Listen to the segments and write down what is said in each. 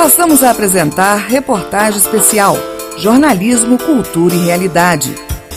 Passamos a apresentar reportagem especial Jornalismo, Cultura e Realidade.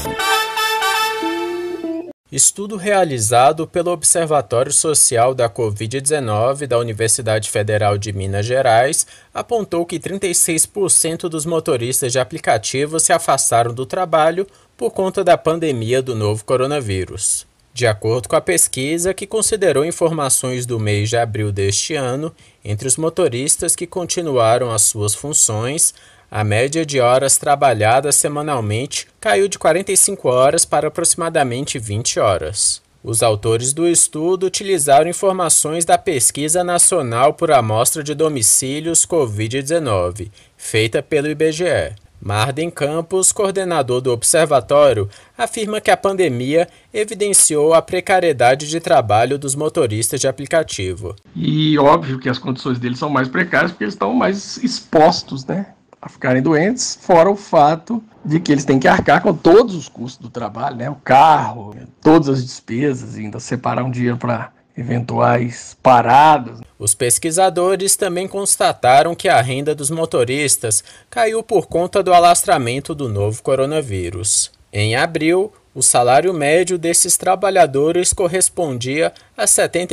Estudo realizado pelo Observatório Social da Covid-19 da Universidade Federal de Minas Gerais apontou que 36% dos motoristas de aplicativos se afastaram do trabalho por conta da pandemia do novo coronavírus. De acordo com a pesquisa, que considerou informações do mês de abril deste ano, entre os motoristas que continuaram as suas funções, a média de horas trabalhadas semanalmente caiu de 45 horas para aproximadamente 20 horas. Os autores do estudo utilizaram informações da Pesquisa Nacional por Amostra de Domicílios Covid-19, feita pelo IBGE. Marden Campos, coordenador do observatório, afirma que a pandemia evidenciou a precariedade de trabalho dos motoristas de aplicativo. E óbvio que as condições deles são mais precárias porque eles estão mais expostos, a ficarem doentes, fora o fato de que eles têm que arcar com todos os custos do trabalho, o carro, todas as despesas, e ainda separar um dia para eventuais paradas. Os pesquisadores também constataram que a renda dos motoristas caiu por conta do alastramento do novo coronavírus. Em abril, o salário médio desses trabalhadores correspondia a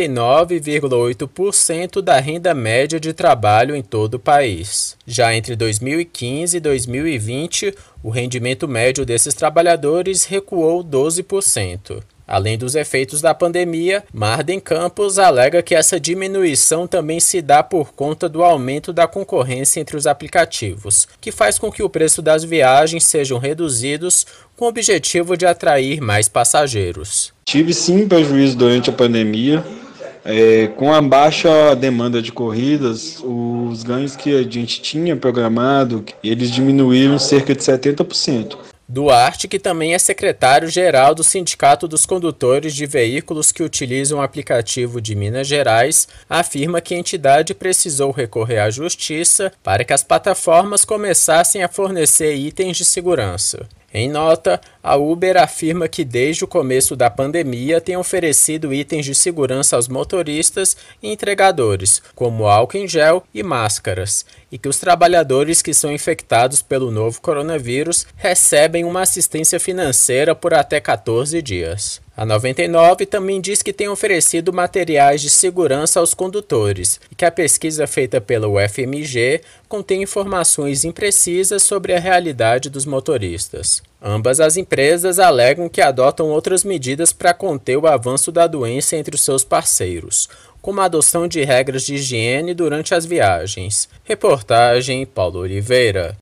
79,8% da renda média de trabalho em todo o país. Já entre 2015 e 2020, o rendimento médio desses trabalhadores recuou 12%. Além dos efeitos da pandemia, Marden Campos alega que essa diminuição também se dá por conta do aumento da concorrência entre os aplicativos, que faz com que o preço das viagens sejam reduzidos com o objetivo de atrair mais passageiros. Tive sim prejuízo durante a pandemia. Com a baixa demanda de corridas, os ganhos que a gente tinha programado, eles diminuíram cerca de 70%. Duarte, que também é secretário-geral do Sindicato dos Condutores de Veículos que utilizam o aplicativo de Minas Gerais, afirma que a entidade precisou recorrer à justiça para que as plataformas começassem a fornecer itens de segurança. Em nota, a Uber afirma que desde o começo da pandemia tem oferecido itens de segurança aos motoristas e entregadores, como álcool em gel e máscaras, e que os trabalhadores que são infectados pelo novo coronavírus recebem uma assistência financeira por até 14 dias. A 99 também diz que tem oferecido materiais de segurança aos condutores e que a pesquisa feita pela UFMG contém informações imprecisas sobre a realidade dos motoristas. Ambas as empresas alegam que adotam outras medidas para conter o avanço da doença entre os seus parceiros, como a adoção de regras de higiene durante as viagens. Reportagem Paulo Oliveira.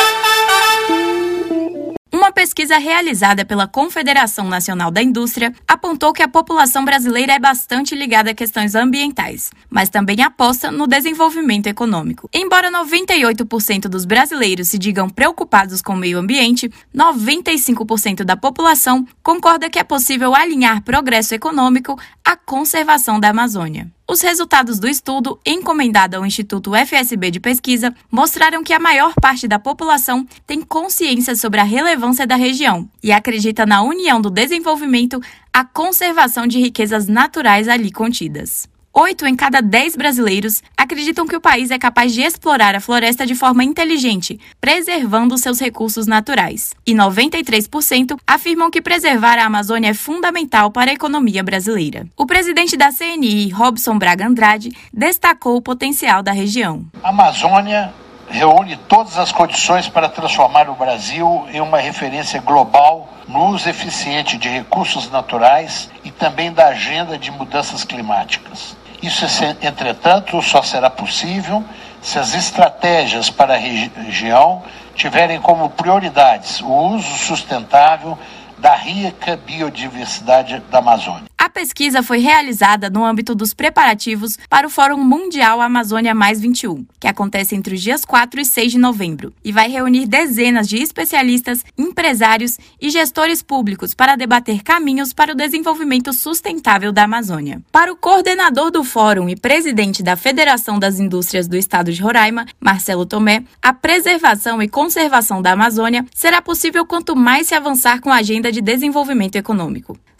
Uma pesquisa realizada pela Confederação Nacional da Indústria apontou que a população brasileira é bastante ligada a questões ambientais, mas também aposta no desenvolvimento econômico. Embora 98% dos brasileiros se digam preocupados com o meio ambiente, 95% da população concorda que é possível alinhar progresso econômico à conservação da Amazônia. Os resultados do estudo, encomendado ao Instituto FSB de Pesquisa, mostraram que a maior parte da população tem consciência sobre a relevância da região e acredita na união do desenvolvimento à conservação de riquezas naturais ali contidas. 8 em cada 10 brasileiros acreditam que o país é capaz de explorar a floresta de forma inteligente, preservando seus recursos naturais. E 93% afirmam que preservar a Amazônia é fundamental para a economia brasileira. O presidente da CNI, Robson Braga Andrade, destacou o potencial da região. A Amazônia reúne todas as condições para transformar o Brasil em uma referência global no uso eficiente de recursos naturais e também da agenda de mudanças climáticas. Isso, entretanto, só será possível se as estratégias para a região tiverem como prioridades o uso sustentável da rica biodiversidade da Amazônia. A pesquisa foi realizada no âmbito dos preparativos para o Fórum Mundial Amazônia Mais 21, que acontece entre os dias 4 e 6 de novembro, e vai reunir dezenas de especialistas, empresários e gestores públicos para debater caminhos para o desenvolvimento sustentável da Amazônia. Para o coordenador do fórum e presidente da Federação das Indústrias do Estado de Roraima, Marcelo Tomé, a preservação e conservação da Amazônia será possível quanto mais se avançar com a agenda de desenvolvimento econômico.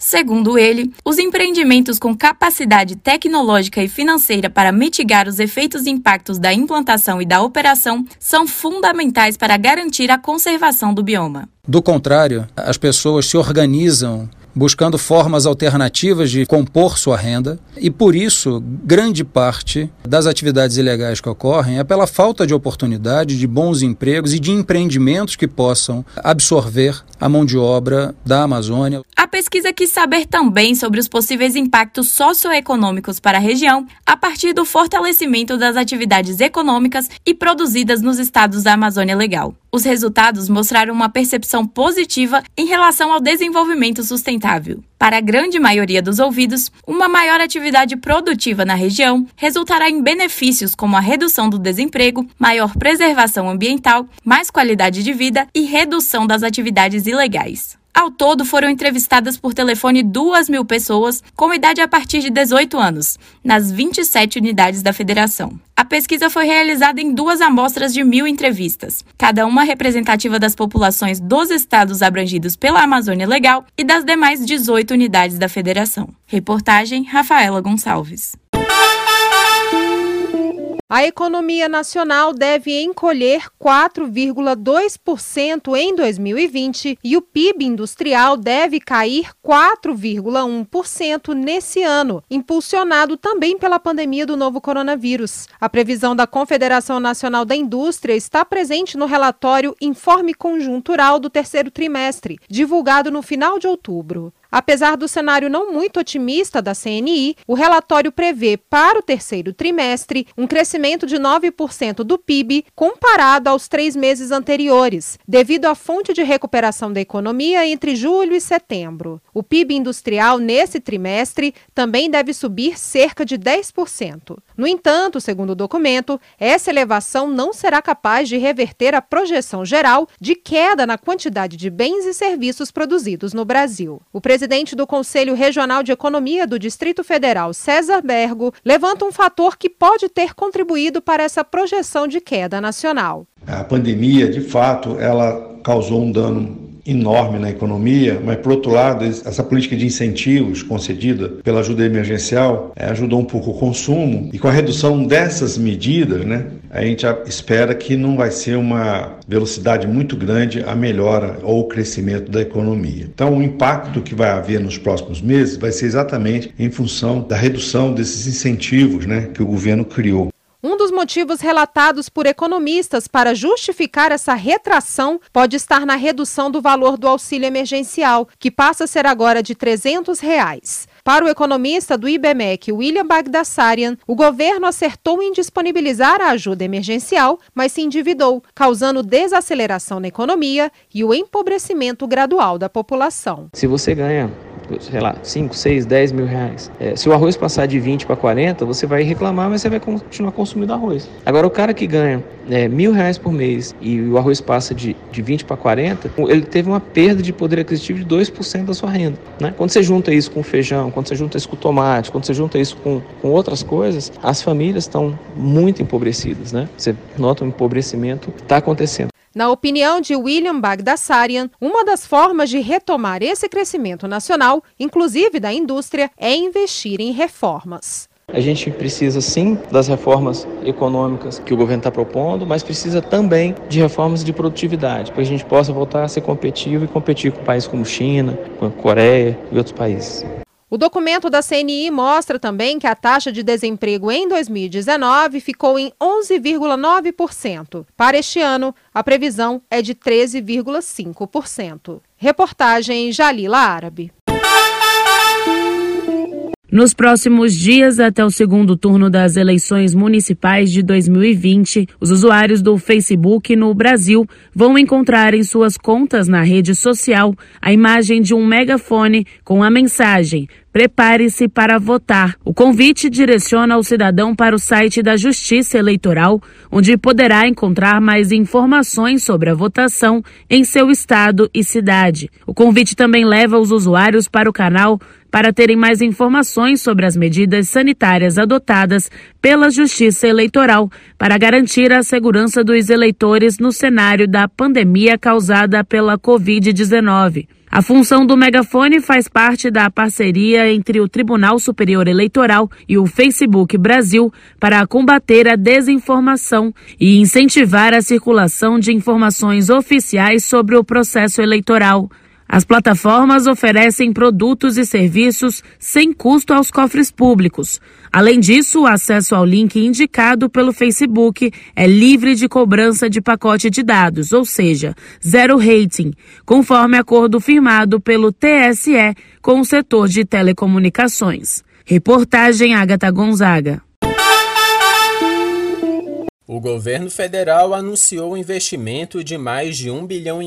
Segundo ele, os empreendimentos com capacidade tecnológica e financeira para mitigar os efeitos e impactos da implantação e da operação são fundamentais para garantir a conservação do bioma. Do contrário, as pessoas se organizam buscando formas alternativas de compor sua renda e, por isso, grande parte das atividades ilegais que ocorrem é pela falta de oportunidade, de bons empregos e de empreendimentos que possam absorver a mão de obra da Amazônia. A pesquisa quis saber também sobre os possíveis impactos socioeconômicos para a região a partir do fortalecimento das atividades econômicas e produzidas nos estados da Amazônia Legal. Os resultados mostraram uma percepção positiva em relação ao desenvolvimento sustentável. Para a grande maioria dos ouvidos, uma maior atividade produtiva na região resultará em benefícios como a redução do desemprego, maior preservação ambiental, mais qualidade de vida e redução das atividades ilegais. Ao todo, foram entrevistadas por telefone 2.000 pessoas com idade a partir de 18 anos, nas 27 unidades da federação. A pesquisa foi realizada em 2 amostras de 1.000 entrevistas, cada uma representativa das populações dos estados abrangidos pela Amazônia Legal e das demais 18 unidades da federação. Reportagem Rafaela Gonçalves. A economia nacional deve encolher 4,2% em 2020 e o PIB industrial deve cair 4,1% nesse ano, impulsionado também pela pandemia do novo coronavírus. A previsão da Confederação Nacional da Indústria está presente no relatório Informe Conjuntural do terceiro trimestre, divulgado no final de outubro. Apesar do cenário não muito otimista da CNI, o relatório prevê para o terceiro trimestre um crescimento de 9% do PIB comparado aos 3 meses anteriores, devido à fonte de recuperação da economia entre julho e setembro. O PIB industrial nesse trimestre também deve subir cerca de 10%. No entanto, segundo o documento, essa elevação não será capaz de reverter a projeção geral de queda na quantidade de bens e serviços produzidos no Brasil. O presidente do Conselho Regional de Economia do Distrito Federal, César Bergo, levanta um fator que pode ter contribuído para essa projeção de queda nacional. A pandemia, de fato, ela causou um dano enorme na economia, mas, por outro lado, essa política de incentivos concedida pela ajuda emergencial ajudou um pouco o consumo, e com a redução dessas medidas, a gente espera que não vai ser uma velocidade muito grande a melhora ou o crescimento da economia. Então, o impacto que vai haver nos próximos meses vai ser exatamente em função da redução desses incentivos que o governo criou. Um dos motivos relatados por economistas para justificar essa retração pode estar na redução do valor do auxílio emergencial, que passa a ser agora de R$ 300. Para o economista do IBMEC, William Bagdasarian, o governo acertou em disponibilizar a ajuda emergencial, mas se endividou, causando desaceleração na economia e o empobrecimento gradual da população. Se você ganha, sei lá, 5, 6, 10 mil reais, se o arroz passar de 20 para 40, você vai reclamar, mas você vai continuar consumindo arroz. Agora, o cara que ganha R$1.000 por mês e o arroz passa de 20 para 40, ele teve uma perda de poder aquisitivo de 2% da sua renda. Quando você junta isso com feijão, quando você junta isso com tomate, quando você junta isso com outras coisas, as famílias estão muito empobrecidas. Você nota um empobrecimento que está acontecendo. Na opinião de William Bagdasarian, uma das formas de retomar esse crescimento nacional, inclusive da indústria, é investir em reformas. A gente precisa sim das reformas econômicas que o governo está propondo, mas precisa também de reformas de produtividade, para que a gente possa voltar a ser competitivo e competir com países como China, com a Coreia e outros países. O documento da CNI mostra também que a taxa de desemprego em 2019 ficou em 11,9%. Para este ano, a previsão é de 13,5%. Reportagem Jalila Árabe. Nos próximos dias, até o segundo turno das eleições municipais de 2020, os usuários do Facebook no Brasil vão encontrar em suas contas na rede social a imagem de um megafone com a mensagem: "Prepare-se para votar". O convite direciona o cidadão para o site da Justiça Eleitoral, onde poderá encontrar mais informações sobre a votação em seu estado e cidade. O convite também leva os usuários para o canal para terem mais informações sobre as medidas sanitárias adotadas pela Justiça Eleitoral para garantir a segurança dos eleitores no cenário da pandemia causada pela Covid-19. A função do megafone faz parte da parceria entre o Tribunal Superior Eleitoral e o Facebook Brasil para combater a desinformação e incentivar a circulação de informações oficiais sobre o processo eleitoral. As plataformas oferecem produtos e serviços sem custo aos cofres públicos. Além disso, o acesso ao link indicado pelo Facebook é livre de cobrança de pacote de dados, ou seja, zero rating, conforme acordo firmado pelo TSE com o setor de telecomunicações. Reportagem Agatha Gonzaga. O governo federal anunciou um investimento de mais de R$1,5 bilhão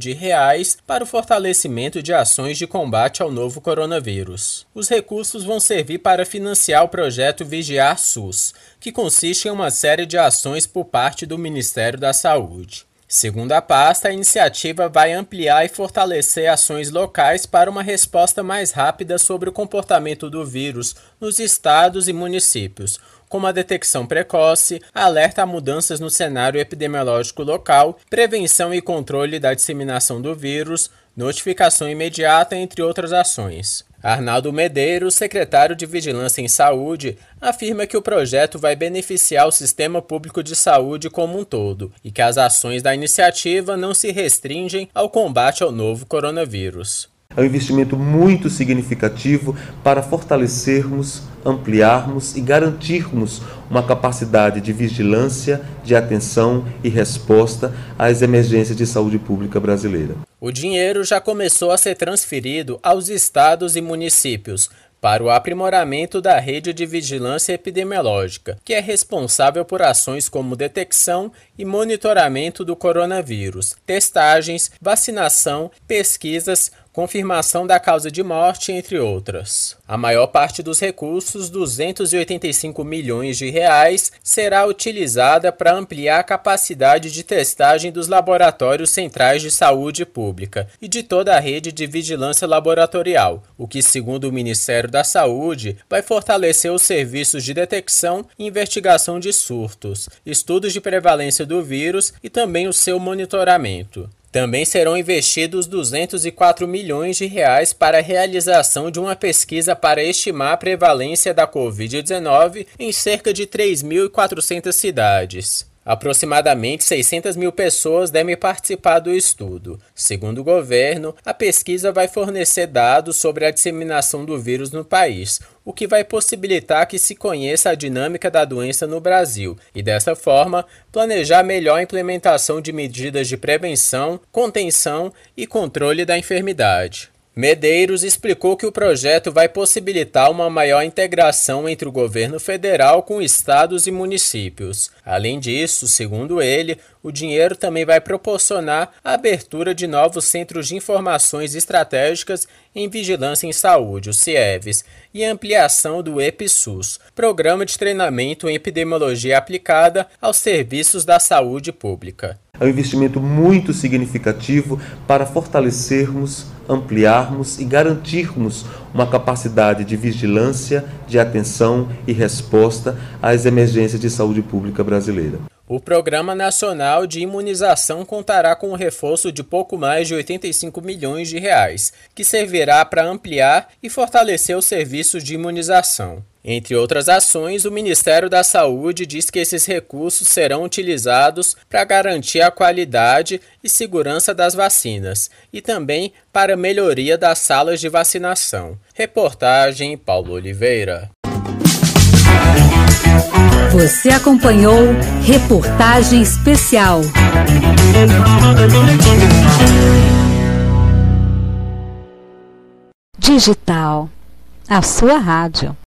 para o fortalecimento de ações de combate ao novo coronavírus. Os recursos vão servir para financiar o projeto Vigiar SUS, que consiste em uma série de ações por parte do Ministério da Saúde. Segundo a pasta, a iniciativa vai ampliar e fortalecer ações locais para uma resposta mais rápida sobre o comportamento do vírus nos estados e municípios, como a detecção precoce, alerta a mudanças no cenário epidemiológico local, prevenção e controle da disseminação do vírus, notificação imediata, entre outras ações. Arnaldo Medeiros, secretário de Vigilância em Saúde, afirma que o projeto vai beneficiar o sistema público de saúde como um todo e que as ações da iniciativa não se restringem ao combate ao novo coronavírus. É um investimento muito significativo para fortalecermos, ampliarmos e garantirmos uma capacidade de vigilância, de atenção e resposta às emergências de saúde pública brasileira. O dinheiro já começou a ser transferido aos estados e municípios para o aprimoramento da rede de vigilância epidemiológica, que é responsável por ações como detecção e monitoramento do coronavírus, testagens, vacinação, pesquisas, confirmação da causa de morte, entre outras. A maior parte dos recursos, R$285 milhões, será utilizada para ampliar a capacidade de testagem dos laboratórios centrais de saúde pública e de toda a rede de vigilância laboratorial, o que, segundo o Ministério da Saúde, vai fortalecer os serviços de detecção e investigação de surtos, estudos de prevalência do vírus e também o seu monitoramento. Também serão investidos R$204 milhões para a realização de uma pesquisa para estimar a prevalência da Covid-19 em cerca de 3.400 cidades. Aproximadamente 600 mil pessoas devem participar do estudo. Segundo o governo, a pesquisa vai fornecer dados sobre a disseminação do vírus no país, o que vai possibilitar que se conheça a dinâmica da doença no Brasil e, dessa forma, planejar melhor a implementação de medidas de prevenção, contenção e controle da enfermidade. Medeiros explicou que o projeto vai possibilitar uma maior integração entre o governo federal com estados e municípios. Além disso, segundo ele, o dinheiro também vai proporcionar a abertura de novos centros de informações estratégicas em vigilância em saúde, o CIEVS, e ampliação do EPSUS, Programa de Treinamento em Epidemiologia Aplicada aos Serviços da Saúde Pública. É um investimento muito significativo para fortalecermos, ampliarmos e garantirmos uma capacidade de vigilância, de atenção e resposta às emergências de saúde pública brasileira. O Programa Nacional de Imunização contará com o reforço de pouco mais de R$85 milhões, que servirá para ampliar e fortalecer os serviços de imunização. Entre outras ações, o Ministério da Saúde diz que esses recursos serão utilizados para garantir a qualidade e segurança das vacinas e também para melhoria das salas de vacinação. Reportagem Paulo Oliveira. Você acompanhou Reportagem Especial. Digital, a sua rádio.